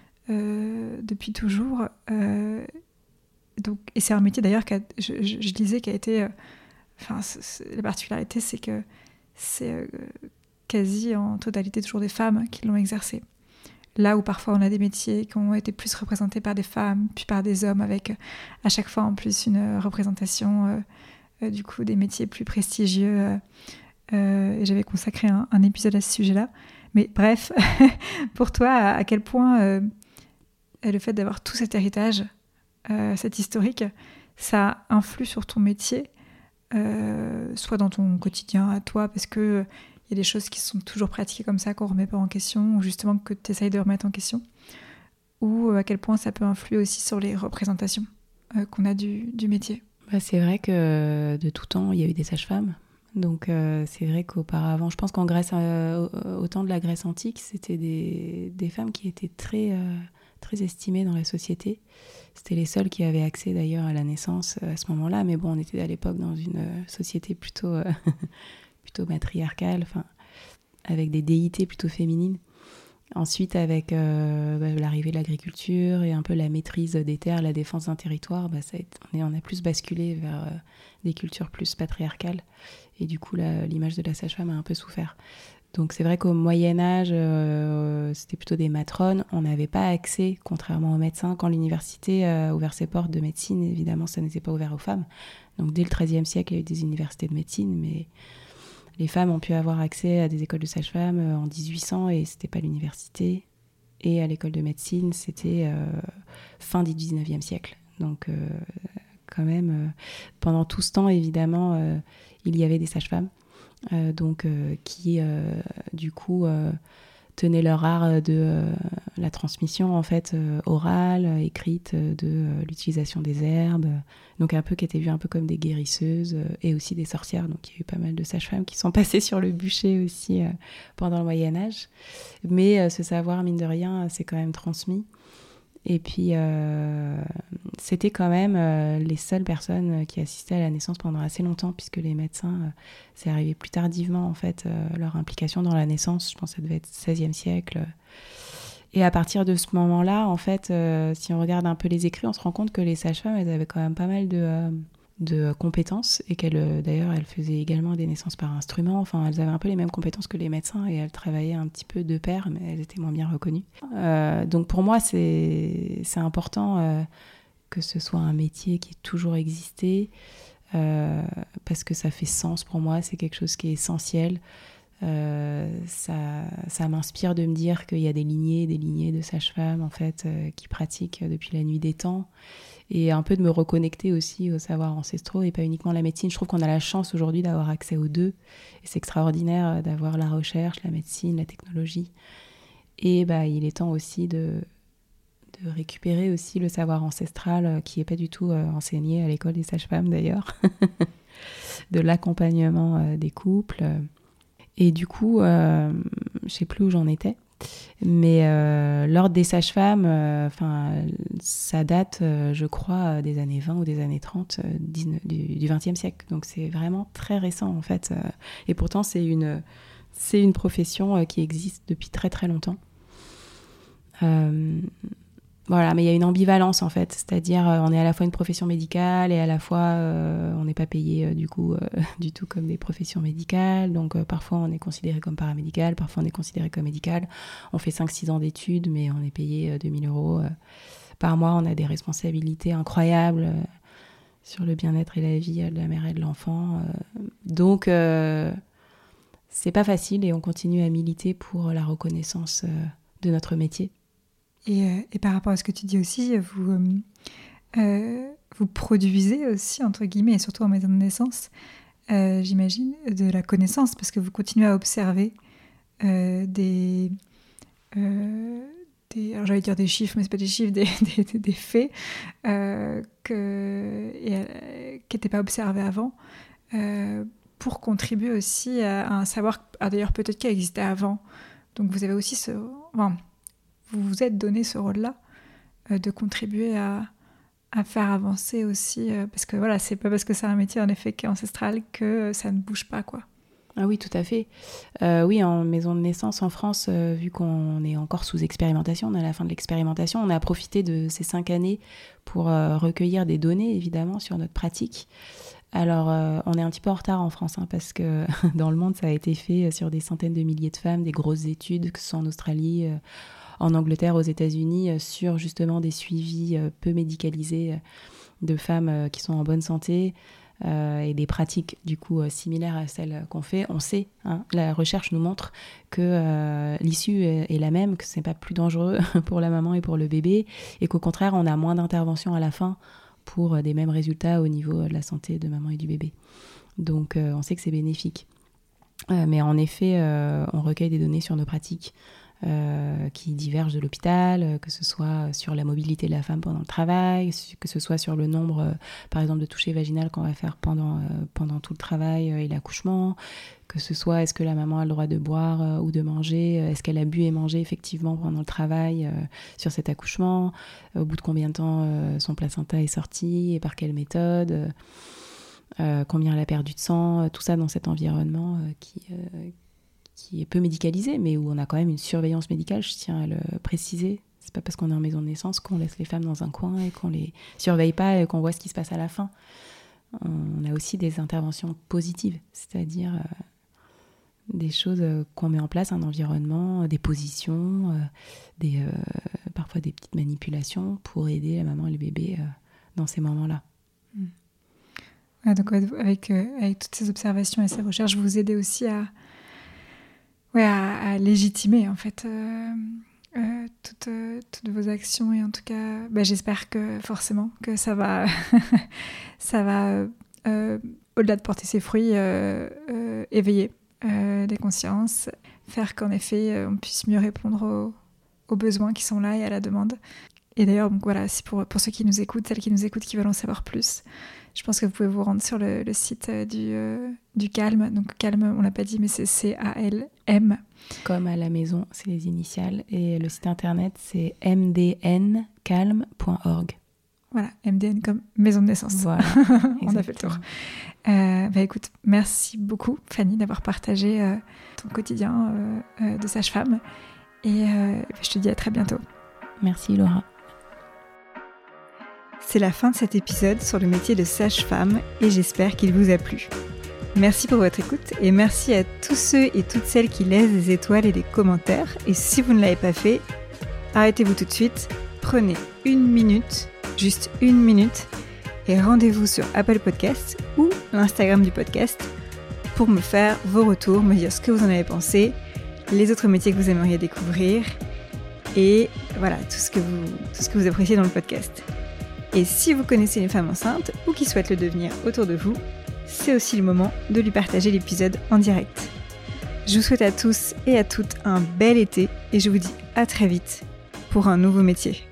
euh, depuis toujours. Euh, donc, et c'est un métier d'ailleurs, que je, je, je disais, qui a été... Enfin, euh, la particularité, c'est que c'est euh, quasi en totalité toujours des femmes qui l'ont exercé. Là où parfois on a des métiers qui ont été plus représentés par des femmes, puis par des hommes, avec à chaque fois en plus une représentation euh, euh, du coup des métiers plus prestigieux. Euh, euh, et j'avais consacré un, un épisode à ce sujet-là. Mais bref, pour toi, à, à quel point euh, le fait d'avoir tout cet héritage, euh, cet historique, ça influe sur ton métier, euh, soit dans ton quotidien à toi, parce que il y a des choses qui sont toujours pratiquées comme ça, qu'on ne remet pas en question, ou justement que tu essayes de remettre en question, ou à quel point ça peut influer aussi sur les représentations euh, qu'on a du, du métier. Bah, c'est vrai que de tout temps, il y a eu des sages-femmes. Donc euh, c'est vrai qu'auparavant, je pense qu'en Grèce, euh, au, au temps de la Grèce antique, c'était des, des femmes qui étaient très, euh, très estimées dans la société. C'était les seules qui avaient accès d'ailleurs à la naissance à ce moment-là. Mais bon, on était à l'époque dans une euh, société plutôt... Euh, plutôt matriarcale, enfin, avec des déités plutôt féminines. Ensuite, avec euh, bah, l'arrivée de l'agriculture et un peu la maîtrise des terres, la défense d'un territoire, bah, ça a été, on, est, on a plus basculé vers euh, des cultures plus patriarcales. Et du coup, là, l'image de la sage-femme a un peu souffert. Donc c'est vrai qu'au Moyen-Âge, euh, c'était plutôt des matrones. On n'avait pas accès, contrairement aux médecins. Quand l'université a ouvert ses portes de médecine, évidemment, ça n'était pas ouvert aux femmes. Donc dès le treizième siècle, il y a eu des universités de médecine, mais... Les femmes ont pu avoir accès à des écoles de sages-femmes en dix-huit cents et c'était pas l'université. Et à l'école de médecine, c'était euh, fin du dix-neuvième siècle. Donc, euh, quand même, euh, pendant tout ce temps, évidemment, euh, il y avait des sages-femmes euh, donc, euh, qui, euh, du coup, euh, tenaient leur art de euh, la transmission, en fait, euh, orale, écrite, de euh, l'utilisation des herbes. Donc, un peu qui étaient vues un peu comme des guérisseuses euh, et aussi des sorcières. Donc, il y a eu pas mal de sages-femmes qui sont passées sur le bûcher aussi euh, pendant le Moyen-Âge. Mais euh, ce savoir, mine de rien, c'est quand même transmis. Et puis, euh, c'était quand même euh, les seules personnes qui assistaient à la naissance pendant assez longtemps, puisque les médecins, euh, c'est arrivé plus tardivement, en fait, euh, leur implication dans la naissance. Je pense que ça devait être seizième siècle. Et à partir de ce moment-là, en fait, euh, si on regarde un peu les écrits, on se rend compte que les sages-femmes, elles avaient quand même pas mal de... Euh, de compétences et qu'elles, d'ailleurs, elles faisaient également des naissances par instrument. Enfin, elles avaient un peu les mêmes compétences que les médecins et elles travaillaient un petit peu de pair, mais elles étaient moins bien reconnues. Euh, donc pour moi, c'est, c'est important euh, que ce soit un métier qui ait toujours existé euh, parce que ça fait sens pour moi, c'est quelque chose qui est essentiel. Euh, ça, ça m'inspire de me dire qu'il y a des lignées, des lignées de sages-femmes en fait, euh, qui pratiquent depuis la nuit des temps. Et un peu de me reconnecter aussi aux savoirs ancestraux et pas uniquement la médecine. Je trouve qu'on a la chance aujourd'hui d'avoir accès aux deux. Et c'est extraordinaire d'avoir la recherche, la médecine, la technologie. Et bah, il est temps aussi de, de récupérer aussi le savoir ancestral qui n'est pas du tout euh, enseigné à l'école des sages-femmes d'ailleurs. De l'accompagnement euh, des couples. Et du coup, euh, je ne sais plus où j'en étais. Mais euh, l'ordre des sages-femmes, euh, ça date, euh, je crois, des années vingt ou des années trente euh, du, du vingtième siècle. Donc c'est vraiment très récent, en fait. Euh, et pourtant, c'est une, c'est une profession euh, qui existe depuis très, très longtemps. Euh, voilà, mais il y a une ambivalence, en fait. C'est-à-dire, euh, on est à la fois une profession médicale et à la fois, euh, on n'est pas payé, euh, du coup, euh, du tout comme des professions médicales. Donc, euh, parfois, on est considéré comme paramédical, parfois, on est considéré comme médical. On fait cinq six ans d'études, mais on est payé euh, deux mille euros euh, par mois. On a des responsabilités incroyables euh, sur le bien-être et la vie de la mère et de l'enfant. Euh, donc, euh, c'est pas facile et on continue à militer pour la reconnaissance euh, de notre métier. Et, euh, et par rapport à ce que tu dis aussi, vous, euh, euh, vous produisez aussi, entre guillemets, et surtout en maison de naissance, euh, j'imagine, de la connaissance, parce que vous continuez à observer euh, des, euh, des... Alors j'allais dire des chiffres, mais c'est pas des chiffres, des, des, des faits euh, que, et, euh, qui n'étaient pas observés avant, euh, pour contribuer aussi à, à un savoir, ah, d'ailleurs peut-être qui existait avant. Donc vous avez aussi ce... Enfin, vous vous êtes donné ce rôle-là euh, de contribuer à, à faire avancer aussi, euh, parce que voilà, c'est pas parce que c'est un métier en effet qui est ancestral que euh, ça ne bouge pas, quoi. Ah oui, tout à fait. Euh, oui, en maison de naissance en France, euh, vu qu'on est encore sous expérimentation, on est à la fin de l'expérimentation, on a profité de ces cinq années pour euh, recueillir des données, évidemment, sur notre pratique. Alors, euh, on est un petit peu en retard en France, hein, parce que dans le monde, ça a été fait sur des centaines de milliers de femmes, des grosses études, que ce soit en Australie, euh, en Angleterre, aux États-Unis, sur justement des suivis peu médicalisés de femmes qui sont en bonne santé euh, et des pratiques du coup similaires à celles qu'on fait. On sait, hein, la recherche nous montre que euh, l'issue est la même, que ce n'est pas plus dangereux pour la maman et pour le bébé et qu'au contraire, on a moins d'interventions à la fin pour des mêmes résultats au niveau de la santé de maman et du bébé. Donc, euh, on sait que c'est bénéfique. Euh, mais en effet, euh, on recueille des données sur nos pratiques Euh, qui divergent de l'hôpital, euh, que ce soit sur la mobilité de la femme pendant le travail, que ce soit sur le nombre, euh, par exemple, de touchés vaginales qu'on va faire pendant, euh, pendant tout le travail euh, et l'accouchement, que ce soit est-ce que la maman a le droit de boire euh, ou de manger, euh, est-ce qu'elle a bu et mangé effectivement pendant le travail euh, sur cet accouchement, euh, au bout de combien de temps euh, son placenta est sorti et par quelle méthode, euh, euh, combien elle a perdu de sang, euh, tout ça dans cet environnement euh, qui... Euh, qui est peu médicalisé, mais où on a quand même une surveillance médicale, je tiens à le préciser. C'est pas parce qu'on est en maison de naissance qu'on laisse les femmes dans un coin et qu'on les surveille pas et qu'on voit ce qui se passe à la fin. On a aussi des interventions positives, c'est-à-dire euh, des choses euh, qu'on met en place, un environnement, des positions, euh, des, euh, parfois des petites manipulations pour aider la maman et le bébé euh, dans ces moments-là. Mmh. Ouais, donc avec, euh, avec toutes ces observations et ces recherches, vous aidez aussi à Ouais, à, à légitimer en fait euh, euh, toutes, euh, toutes vos actions et en tout cas, bah, j'espère que forcément que ça va, ça va euh, au-delà de porter ses fruits, euh, euh, éveiller euh, les consciences, faire qu'en effet euh, on puisse mieux répondre aux, aux besoins qui sont là et à la demande. Et d'ailleurs, donc voilà, si pour, pour ceux qui nous écoutent, celles qui nous écoutent, qui veulent en savoir plus, je pense que vous pouvez vous rendre sur le, le site du, euh, du Calme. Donc Calme, on l'a pas dit, mais c'est C A L M. Comme à la maison, c'est les initiales. Et le site internet, c'est m d n calme point org. Voilà, M D N comme maison de naissance. Voilà, on a fait le tour. Euh, bah écoute, merci beaucoup Fanny d'avoir partagé euh, ton quotidien euh, euh, de sage-femme et euh, je te dis à très bientôt. Merci Laura. C'est la fin de cet épisode sur le métier de sage-femme et j'espère qu'il vous a plu. Merci pour votre écoute et merci à tous ceux et toutes celles qui laissent des étoiles et des commentaires. Et si vous ne l'avez pas fait, arrêtez-vous tout de suite, prenez une minute, juste une minute, et rendez-vous sur Apple Podcasts ou l'Instagram du podcast pour me faire vos retours, me dire ce que vous en avez pensé, les autres métiers que vous aimeriez découvrir et voilà, tout ce que vous, tout ce que vous appréciez dans le podcast. Et si vous connaissez une femme enceinte ou qui souhaite le devenir autour de vous, c'est aussi le moment de lui partager l'épisode en direct. Je vous souhaite à tous et à toutes un bel été et je vous dis à très vite pour un nouveau métier.